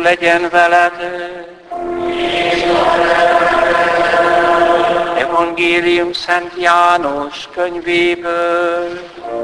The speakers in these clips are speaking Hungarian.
legyen veled. Evangélium Szent János könyvéből.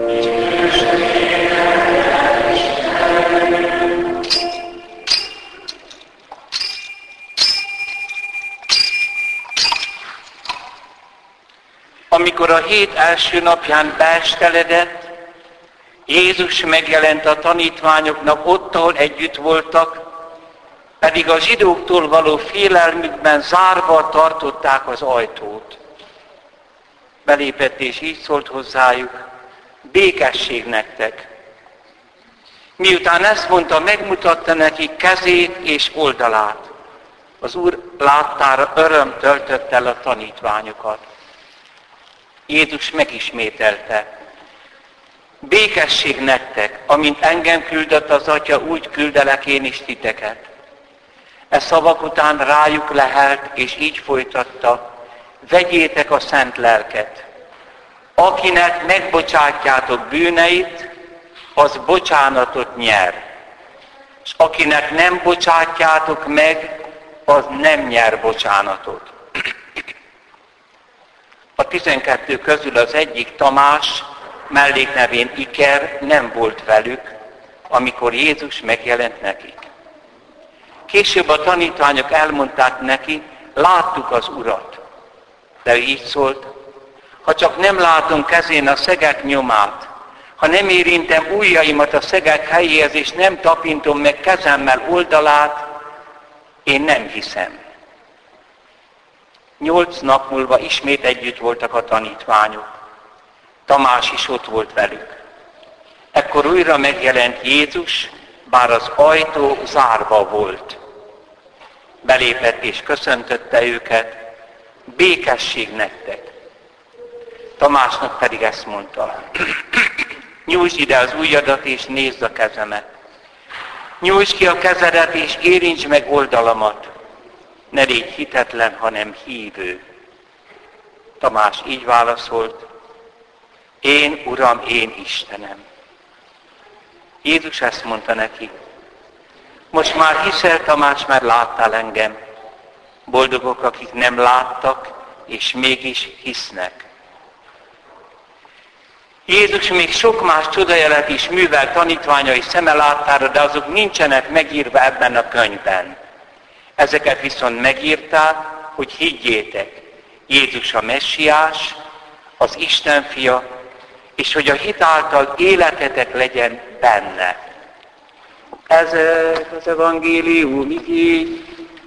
Amikor a hét első napján beesteledett, Jézus megjelent a tanítványoknak ott, ahol együtt voltak, pedig a zsidóktól való félelmükben zárva tartották az ajtót. Belépett és így szólt hozzájuk: békesség nektek! Miután ezt mondta, megmutatta nekik kezét és oldalát. Az Úr láttára öröm töltött el a tanítványokat. Jézus megismételte: békesség nektek, amint engem küldött az Atya, úgy küldelek én is titeket. E szavak után rájuk lehelt, és így folytatta: vegyétek a szent lelket. Akinek megbocsátjátok bűneit, az bocsánatot nyer. És akinek nem bocsátjátok meg, az nem nyer bocsánatot. A 12 közül az egyik, Tamás, melléknevén Iker, nem volt velük, amikor Jézus megjelent nekik. Később a tanítványok elmondták neki: láttuk az Urat. De ő így szólt: ha csak nem látom kezén a szegek nyomát, ha nem érintem ujjaimat a szegek helyéhez, és nem tapintom meg kezemmel oldalát, én nem hiszem. 8 nap múlva ismét együtt voltak a tanítványok. Tamás is ott volt velük. Ekkor újra megjelent Jézus, bár az ajtó zárva volt. Belépett és köszöntötte őket: békesség nektek! Tamásnak pedig ezt mondta: nyújtsd ide az ujjadat és nézd a kezemet. Nyújtsd ki a kezedet és érintsd meg oldalamat. Ne légy hitetlen, hanem hívő. Tamás így válaszolt: én Uram, én Istenem. Jézus ezt mondta neki: most már hiszel, Tamás, mert láttál engem. Boldogok, akik nem láttak, és mégis hisznek. Jézus még sok más csodajelet is művel tanítványai szeme láttára, de azok nincsenek megírva ebben a könyvben. Ezeket viszont megírták, hogy higgyétek: Jézus a Messiás, az Isten fia, és hogy a hit által életetek legyen benne. Ez az evangélium igény.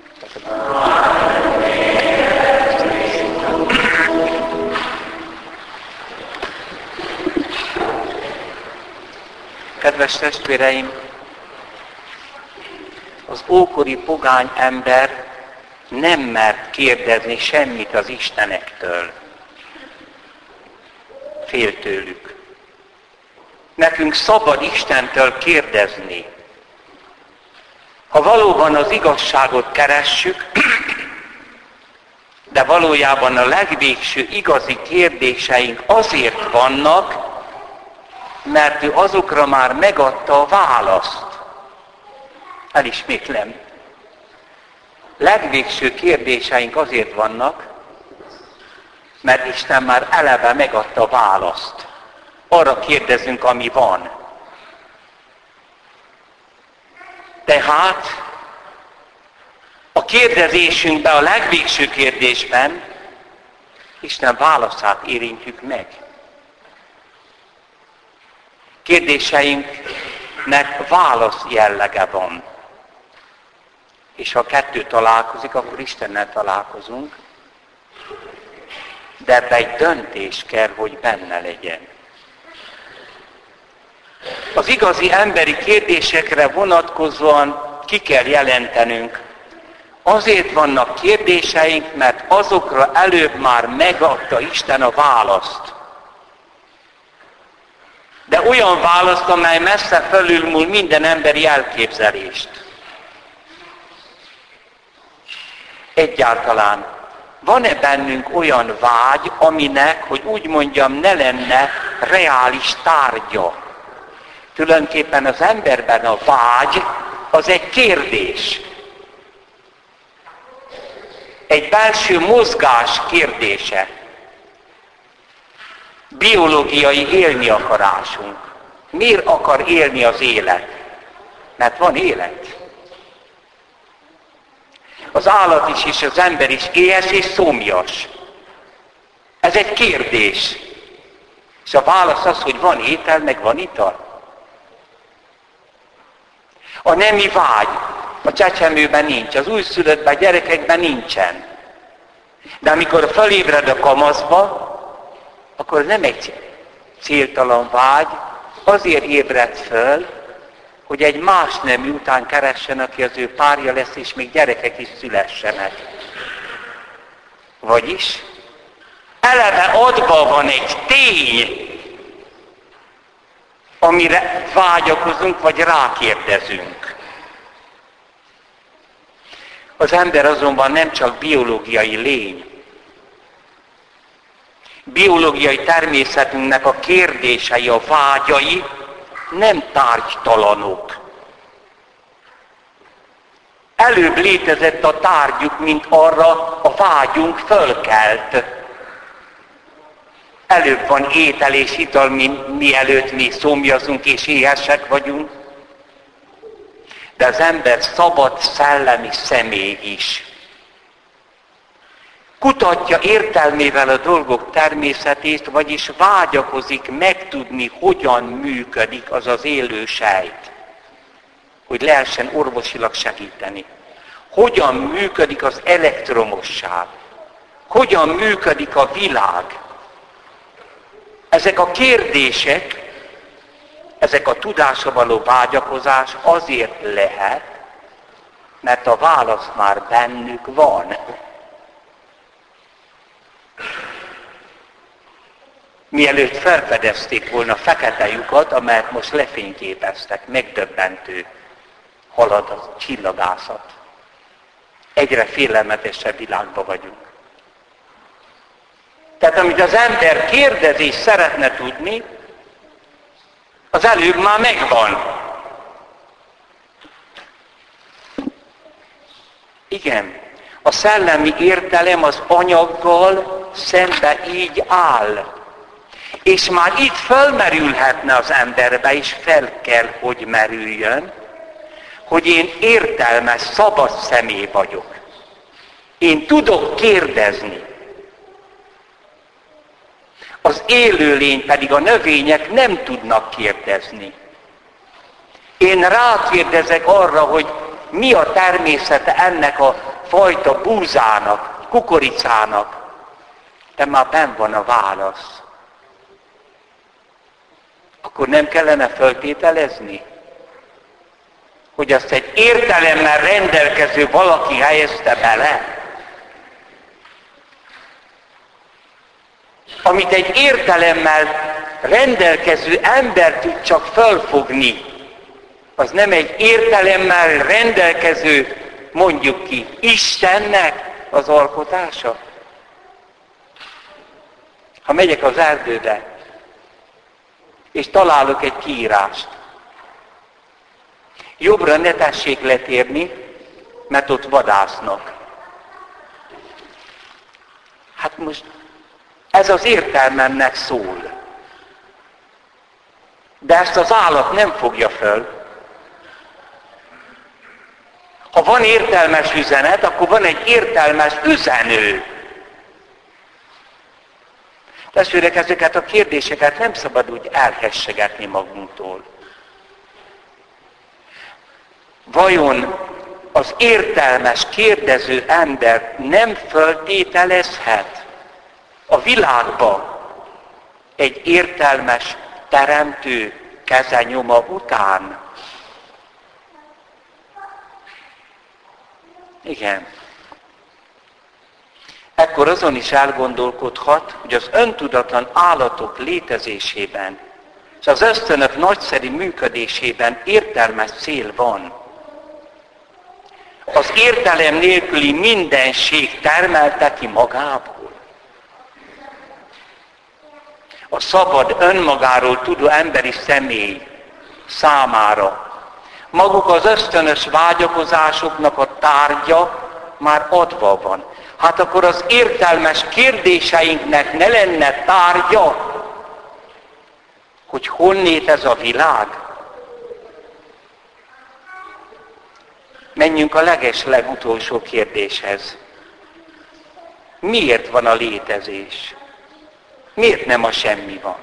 Kedves testvéreim, az ókori pogány ember nem mert kérdezni semmit az istenektől. Fél tőlük. Nekünk szabad Istentől kérdezni. Ha valóban az igazságot keressük, de valójában a legvégső igazi kérdéseink azért vannak, mert ő azokra már megadta a választ. Elismétlem. Legvégső kérdéseink azért vannak, mert Isten már eleve megadta a választ. Arra kérdezünk, ami van. Tehát a kérdezésünkben, a legvégső kérdésben Isten válaszát érintjük meg. Kérdéseinknek válasz jellege van. És ha a kettő találkozik, akkor Istennel találkozunk. De ebbe egy döntés kell, hogy benne legyen. Az igazi emberi kérdésekre vonatkozóan ki kell jelentenünk: azért vannak kérdéseink, mert azokra előbb már megadta Isten a választ. De olyan választ, amely messze felülmúl minden emberi elképzelést. Egyáltalán van-e bennünk olyan vágy, aminek, hogy úgy mondjam, ne lenne reális tárgya? Tulajdonképpen az emberben a vágy az egy kérdés. Egy belső mozgás kérdése. Biológiai élni akarásunk. Miért akar élni az élet? Mert van élet. Az állat is és az ember is éhes és szomjas. Ez egy kérdés. És a válasz az, hogy van étel, meg van ital. A nemi vágy a csecsemőben nincs, az újszülöttben, gyerekekben nincsen. De amikor felébred a kamaszba, akkor nem egy céltalan vágy, azért ébred föl, hogy egy más nemű után keressen, aki az ő párja lesz, és még gyerekek is szülessenek. Vagyis eleve adva van egy tény, amire vágyakozunk, vagy rákérdezünk. Az ember azonban nem csak biológiai lény. Biológiai természetünknek a kérdései, a vágyai nem tárgytalanok. Előbb létezett a tárgyuk, mint arra a vágyunk fölkelt. Előbb van étel és ital, mielőtt mi szomjazunk és éhesek vagyunk. De az ember szabad szellemi személy is. Kutatja értelmével a dolgok természetét, vagyis vágyakozik megtudni, hogyan működik az az élő sejt, hogy lehessen orvosilag segíteni. Hogyan működik az elektromosság, hogyan működik a világ. Ezek a kérdések, ezek a tudásra való vágyakozás azért lehet, mert a válasz már bennük van. Mielőtt felfedezték volna fekete lyukat, amelyet most lefényképeztek, megdöbbentő halad a csillagászat. Egyre félelmetesebb világban vagyunk. Tehát amit az ember kérdez és szeretne tudni, az előbb már megvan. Igen, a szellemi értelem az anyaggal szembe így áll. És már itt felmerülhetne az emberbe, és fel kell, hogy merüljön, hogy én értelmes, szabad személy vagyok. Én tudok kérdezni. Az élőlény pedig a növények nem tudnak kérdezni. Én rákérdezek arra, hogy mi a természete ennek a fajta búzának, kukoricának. De már benn van a válasz. Akkor nem kellene feltételezni, hogy azt egy értelemmel rendelkező valaki helyezte bele? Amit egy értelemmel rendelkező ember tud csak felfogni, az nem egy értelemmel rendelkező, mondjuk ki, Istennek az alkotása? Ha megyek az erdőbe, és találok egy kiírást, jobbra ne tessék letérni, mert ott vadásznak. Hát most ez az értelmemnek szól. De ezt az állat nem fogja föl. Ha van értelmes üzenet, akkor van egy értelmes üzenő. Testvérek, ezeket a kérdéseket nem szabad úgy elhessegetni magunktól. Vajon az értelmes, kérdező ember nem föltételezhet a világba egy értelmes, teremtő kezenyoma után? Igen. Ekkor azon is elgondolkodhat, hogy az öntudatlan állatok létezésében és az ösztönök nagyszerű működésében értelmes cél van. Az értelem nélküli mindenség termelte ki magából. A szabad, önmagáról tudó emberi személy számára maguk az ösztönös vágyakozásoknak a tárgya már adva van. Hát akkor az értelmes kérdéseinknek ne lenne tárgya, hogy honnét ez a világ? Menjünk a legutolsó kérdéshez. Miért van a létezés? Miért nem a semmi van?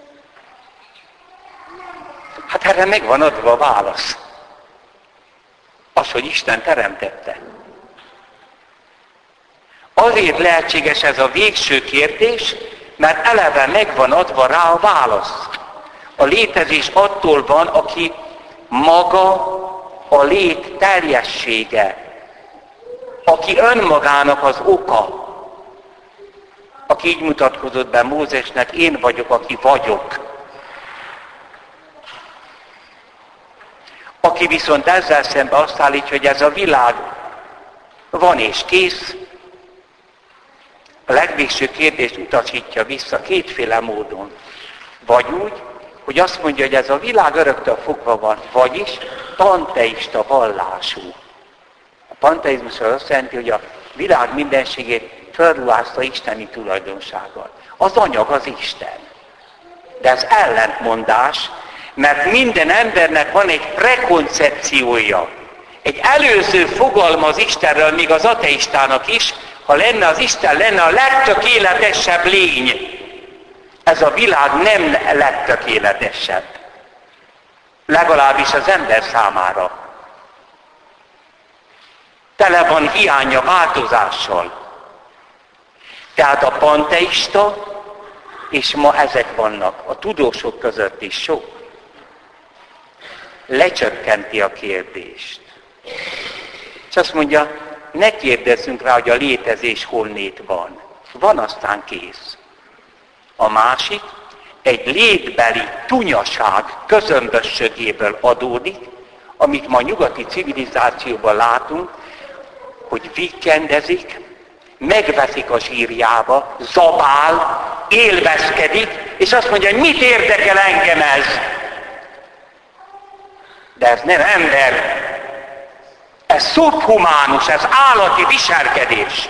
Hát erre meg van adva a válasz. Az, hogy Isten teremtette. Azért lehetséges ez a végső kérdés, mert eleve megvan adva rá a válasz. A létezés attól van, aki maga a lét teljessége, aki önmagának az oka, aki így mutatkozott be Mózesnek, én vagyok, aki vagyok. Aki viszont ezzel szemben azt állítja, hogy ez a világ van és kész, a legvégső kérdést utasítja vissza kétféle módon. Vagy úgy, hogy azt mondja, hogy ez a világ öröktől fogva van, vagyis panteista vallású. A panteizmus az azt jelenti, hogy a világ mindenségét felruházta isteni tulajdonsággal. Az anyag az Isten. De ez ellentmondás, mert minden embernek van egy prekoncepciója, egy előző fogalma az Istenről, még az ateistának is, ha lenne az Isten, lenne a legtökéletesebb lény. Ez a világ nem legtökéletesebb. Legalábbis az ember számára. Tele van hiánya változással. Tehát a panteista, és ma ezek vannak, a tudósok között is sok, lecsökkenti a kérdést. És azt mondja, ne kérdezzünk rá, hogy a létezés honnét van. Van, aztán kész. A másik egy létbeli tunyaság közömbösségéből adódik, amit ma a nyugati civilizációban látunk, hogy víkendezik, megveszik a zsírjába, zabál, élvezkedik, és azt mondja, hogy mit érdekel engem ez? De ez nem ember, ez szubhumánus, ez állati viselkedés.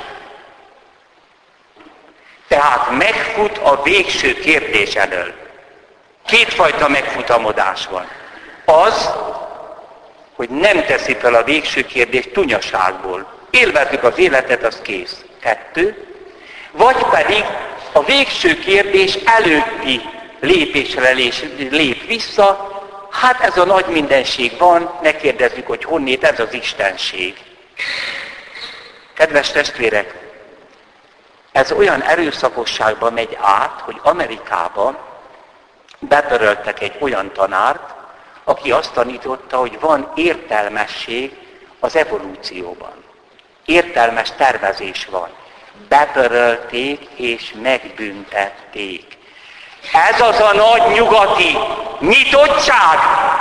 Tehát megfut a végső kérdés elől. Kétfajta megfutamodás van. Az, hogy nem teszi fel a végső kérdést tunyaságból. Élvezzük az életet, az kész. 2. Vagy pedig a végső kérdés előtti lépésre lép vissza, hát ez a nagy mindenség van, ne kérdezzük, hogy honnét, ez az istenség. Kedves testvérek, ez olyan erőszakosságban megy át, hogy Amerikában betöröltek egy olyan tanárt, aki azt tanította, hogy van értelmesség az evolúcióban. Értelmes tervezés van. Betörölték és megbüntették. Ez az a nagy nyugati nyitottság.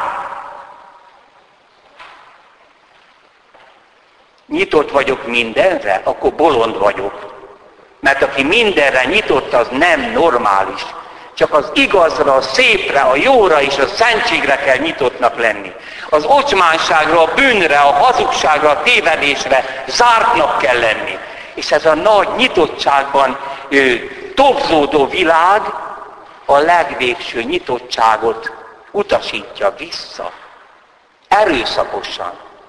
Nyitott vagyok mindenre, akkor bolond vagyok. Mert aki mindenre nyitott, az nem normális. Csak az igazra, a szépre, a jóra és a szentségre kell nyitottnak lenni. Az ocsmánságra, a bűnre, a hazugságra, a tévedésre zártnak kell lenni. És ez a nagy nyitottságban tobzódó világ a legvégső nyitottságot utasítja vissza. Erőszakosan.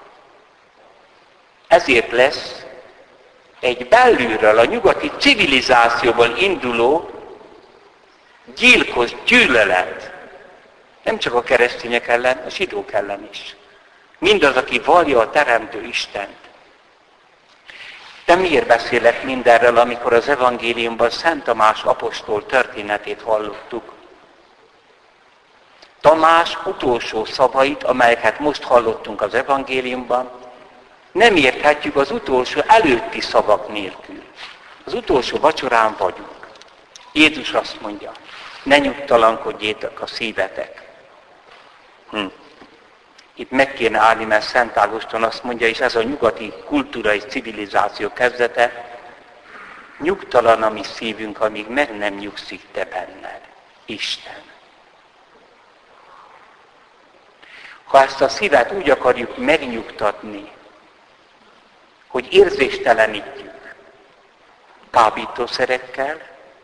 Ezért lesz egy belülről, a nyugati civilizációból induló gyilkos gyűlölet. Nem csak a keresztények ellen, a zsidók ellen is. Mindaz, aki vallja a Teremtő Istent. De miért beszélek mindenről, amikor az evangéliumban Szent Tamás apostol történetét hallottuk? Tamás utolsó szavait, amelyeket most hallottunk az evangéliumban, nem érthetjük az utolsó előtti szavak nélkül. Az utolsó vacsorán vagyunk. Jézus azt mondja, ne nyugtalankodjétek a szívetek. Itt meg kéne állni, mert Szent Ágoston azt mondja, és ez a nyugati kultúra és civilizáció kezdete, nyugtalan a mi szívünk, amíg meg nem nyugszik te benned, Isten. Ha ezt a szívet úgy akarjuk megnyugtatni, hogy érzéstelenítjük kábítószerekkel,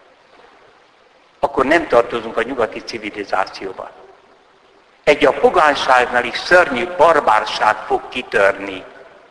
akkor nem tartozunk a nyugati civilizációba. Egy a pogányságnál is szörnyű barbárság fog kitörni.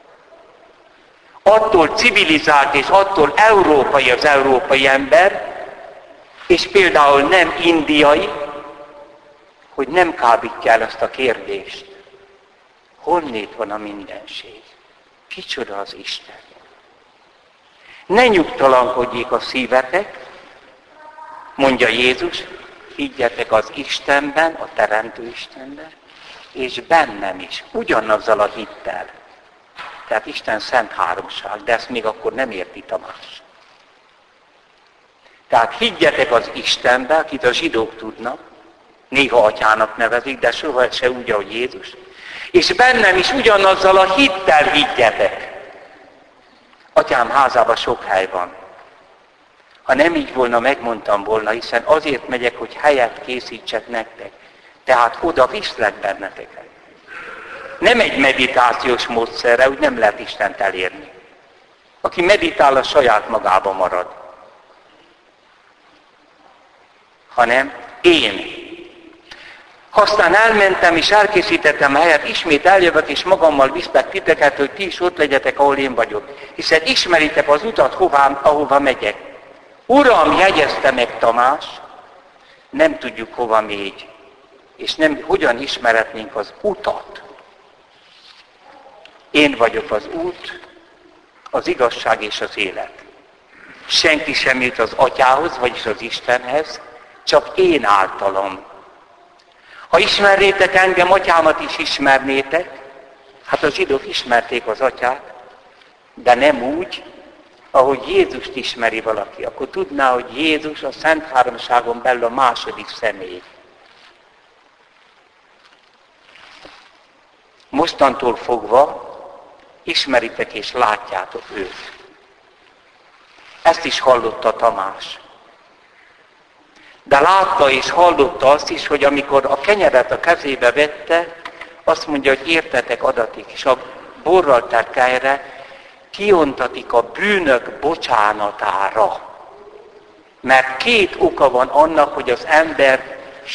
Attól civilizált és attól európai az európai ember, és például nem indiai, hogy nem kábítja el azt a kérdést. Honnét van a mindenség? Kicsoda az Isten? Ne nyugtalankodjék a szívetek, mondja Jézus, higgyetek az Istenben, a Teremtő Istenben, és bennem is, ugyanazzal a hittel. Tehát Isten szent háromság, de ezt még akkor nem érti Tamás. Tehát higgyetek az Istenben, akit a zsidók tudnak, néha atyának nevezik, de soha se úgy, ahogy Jézus. És bennem is ugyanazzal a hittel higgyetek. Atyám házában sok hely van. Ha nem így volna, megmondtam volna, hiszen azért megyek, hogy helyet készítsek nektek. Tehát oda viszlek benneteket. Nem egy meditációs módszerre, úgy nem lehet Istent elérni. Aki meditál, a saját magába marad. Hanem én. Ha aztán elmentem és elkészítettem helyet, ismét eljövök és magammal viszlek titeket, hogy ti is ott legyetek, ahol én vagyok. Hiszen ismeritek az utat, ahova megyek. Uram, jegyezte meg Tamás, nem tudjuk hova megy, és nem, hogyan ismeretnénk az utat. Én vagyok az út, az igazság és az élet. Senki sem jut az atyához, vagyis az Istenhez, csak én általam. Ha ismernétek engem, atyámat is ismernétek, hát a zsidók ismerték az atyát, de nem úgy, ahogy Jézust ismeri valaki, akkor tudná, hogy Jézus a Szent Háromságon belül a második személy. Mostantól fogva ismeritek és látjátok őt. Ezt is hallotta Tamás. De látta és hallotta azt is, hogy amikor a kenyeret a kezébe vette, azt mondja, hogy értetek adatik, és a borral tett kenyere kiontatik a bűnök bocsánatára. Mert két oka van annak, hogy az ember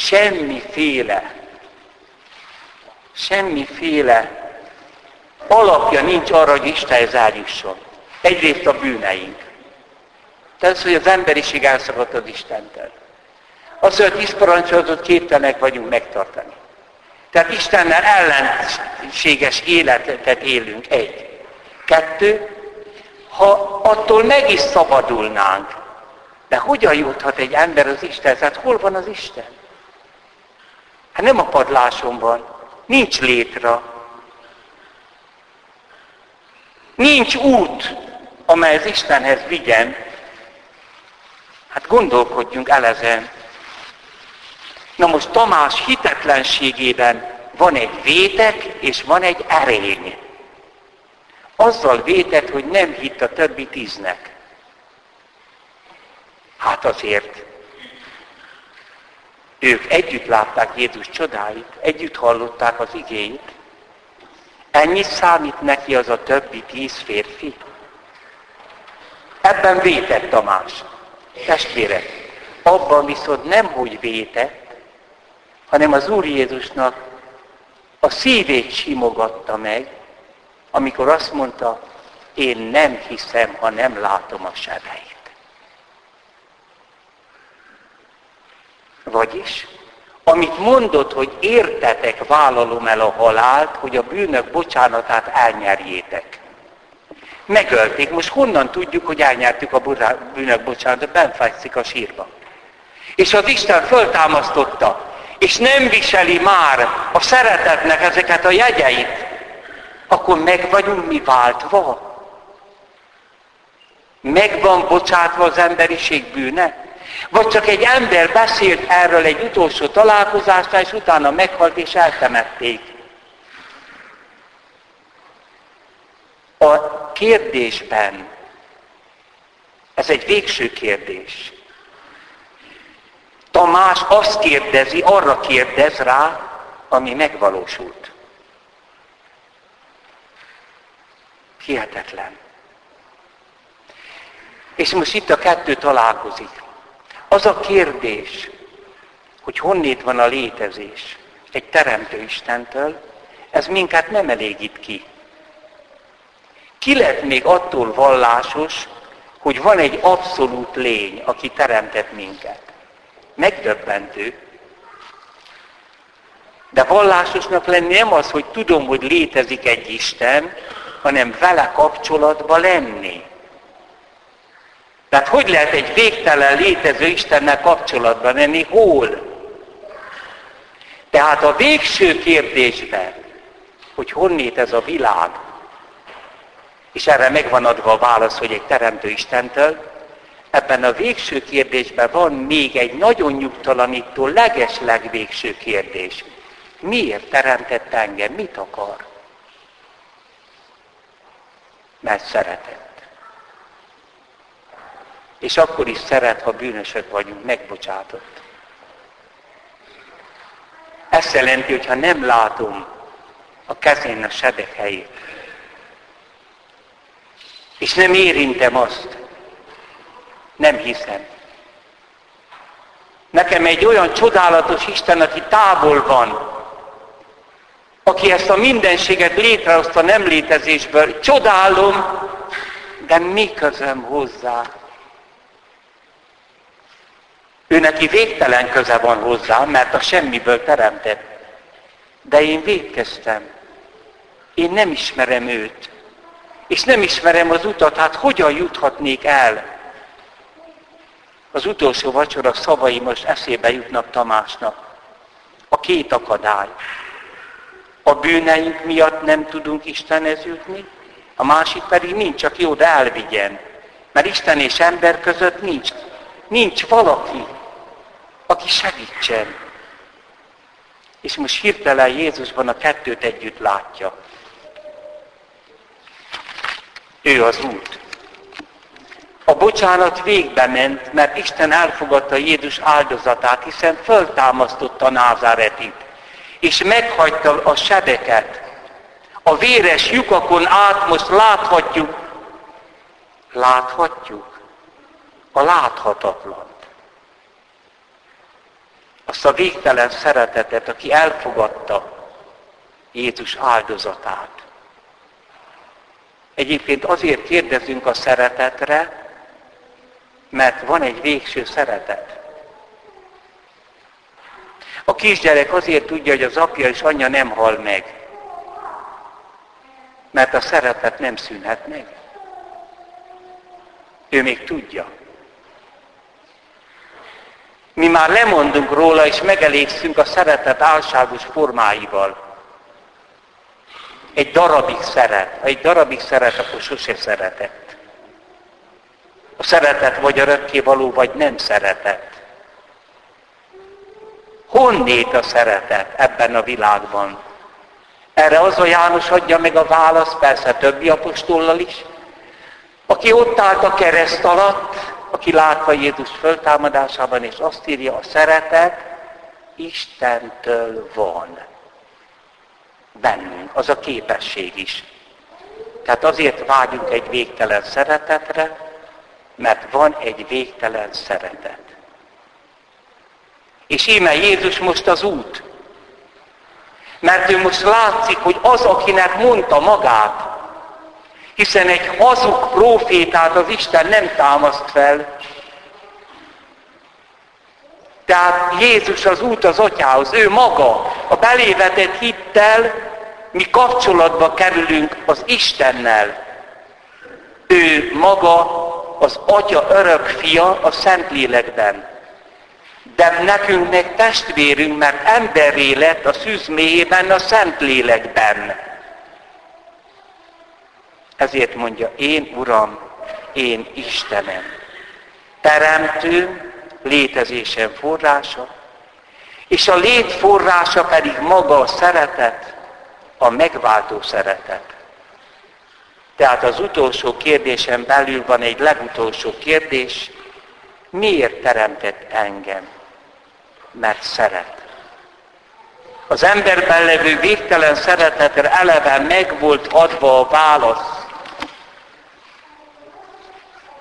semmiféle alapja nincs arra, hogy Istenhez eljusson. Egyrészt a bűneink. Tehát az, hogy az emberiség elszakadt az Istentől. Az, hogy a 10 parancsolatot képtelenek vagyunk megtartani. Tehát Istennel ellenséges életet élünk. 1. 2. Ha attól meg is szabadulnánk, de hogyan juthat egy ember az Istenhez? Hát hol van az Isten? Hát nem a padláson van. Nincs létra. Nincs út, amely az Istenhez vigyen. Hát gondolkodjunk el ezen. Na most Tamás hitetlenségében van egy vétek, és van egy erény. Azzal vétett, hogy nem hitt a többi 10-nek. Hát azért ők együtt látták Jézus csodáit, együtt hallották az igéit. Ennyit számít neki az a többi 10 férfi? Ebben vétett Tamás. Testvérek, abban viszont nem hogy vétett, hanem az Úr Jézusnak a szívét simogatta meg, amikor azt mondta, én nem hiszem, ha nem látom a sebeit. Vagyis, amit mondott, hogy értetek, vállalom el a halált, hogy a bűnök bocsánatát elnyerjétek. Megölték. Most honnan tudjuk, hogy elnyertük a bűnök bocsánatot? Bent fekszik a sírba. És az Isten föltámasztotta, és nem viseli már a szeretetnek ezeket a jegyeit, akkor meg vagyunk mi váltva? Meg van bocsátva az emberiség bűne? Vagy csak egy ember beszélt erről egy utolsó találkozásnál, és utána meghalt és eltemették? A kérdésben, ez egy végső kérdés. Tamás azt kérdezi, arra kérdez rá, ami megvalósult. Hihetetlen. És most itt a kettő találkozik. Az a kérdés, hogy honnét van a létezés egy teremtő Istentől, ez minket nem elégít ki. Ki lett még attól vallásos, hogy van egy abszolút lény, aki teremtett minket? Megdöbbentő. De vallásosnak lenni nem az, hogy tudom, hogy létezik egy Isten, hanem vele kapcsolatban lenni. Tehát hogy lehet egy végtelen létező Istennel kapcsolatban lenni? Hol? Tehát a végső kérdésben, hogy honnét ez a világ, és erre megvan adva a válasz, hogy egy teremtő Istentől, ebben a végső kérdésben van még egy nagyon nyugtalanító, legeslegvégső kérdés. Miért teremtett engem? Mit akar? Mert szeretett. És akkor is szeret, ha bűnösök vagyunk, megbocsátott. Ez jelenti, hogyha nem látom a kezén a sebek helyét, és nem érintem azt, nem hiszem. Nekem egy olyan csodálatos Isten, aki távol van, aki ezt a mindenséget létrehozta nem létezésből, csodálom, de mi közöm hozzá? Ő neki végtelen köze van hozzá, mert a semmiből teremtett. De én vétkeztem. Én nem ismerem őt. És nem ismerem az utat, hát hogyan juthatnék el? Az utolsó vacsora szavai most eszébe jutnak Tamásnak. A két akadály. A bűneink miatt nem tudunk Istenhez jutni, a másik pedig nincs, aki oda elvigyen. Mert Isten és ember között nincs valaki, aki segítsen. És most hirtelen Jézusban a kettőt együtt látja. Ő az út. A bocsánat végbe ment, mert Isten elfogadta Jézus áldozatát, hiszen föltámasztotta Názáretit, és meghagyta a sebeket. A véres lyukakon át most láthatjuk a láthatatlant. Azt a végtelen szeretetet, aki elfogadta Jézus áldozatát. Egyébként azért kérdezünk a szeretetre, mert van egy végső szeretet. A kisgyerek azért tudja, hogy az apja és anyja nem hal meg, mert a szeretet nem szűnhet meg. Ő még tudja. Mi már lemondunk róla, és megelégszünk a szeretet álságos formáival. Egy darabig szeret, akkor sose szeretett. A szeretet vagy örökkévaló, vagy nem szeretett. Honnét a szeretet ebben a világban? Erre az a János adja meg a választ, persze többi apostollal is, aki ott állt a kereszt alatt, aki látva Jézus föltámadásában, és azt írja, a szeretet Istentől van. Bennünk, az a képesség is. Tehát azért vágyunk egy végtelen szeretetre, mert van egy végtelen szeretet. És íme Jézus most az út. Mert ő most látszik, hogy az, akinek mondta magát, hiszen egy hazug prófétát az Isten nem támaszt fel. Tehát Jézus az út az Atyához, ő maga, a belévetett hittel mi kapcsolatba kerülünk az Istennel. Ő maga az Atya örök fia a Szentlélekben. De nekünk meg testvérünk, mert emberré lett a szűz mélyében a Szentlélekben. Ezért mondja, én Uram, én Istenem. Teremtőm, létezésem forrása, és a lét forrása pedig maga a szeretet, a megváltó szeretet. Tehát az utolsó kérdésen belül van egy legutolsó kérdés, miért teremtett engem? Mert szeret. Az emberben levő végtelen szeretetre eleve meg volt adva a válasz.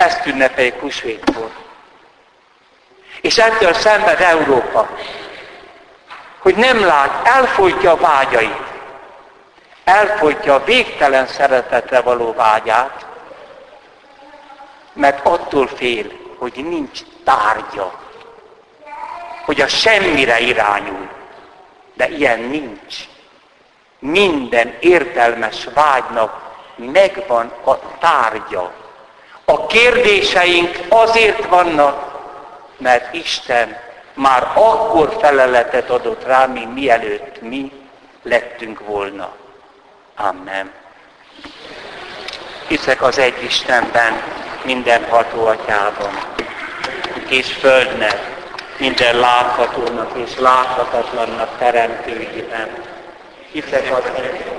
Ezt ünnepeljük húsvétkor. És ettől szenved Európa, hogy nem lát, elfolytja a vágyait, elfolytja a végtelen szeretetre való vágyát, mert attól fél, hogy nincs tárgya, hogy a semmire irányul. De ilyen nincs. Minden értelmes vágynak megvan a tárgya. A kérdéseink azért vannak, mert Isten már akkor feleletet adott rá, mielőtt mi lettünk volna. Amen. Hiszek az egy Istenben, mindenható Atyában, és földnek, minden láthatónak és láthatatlannak teremtőjében. Hiszek az egy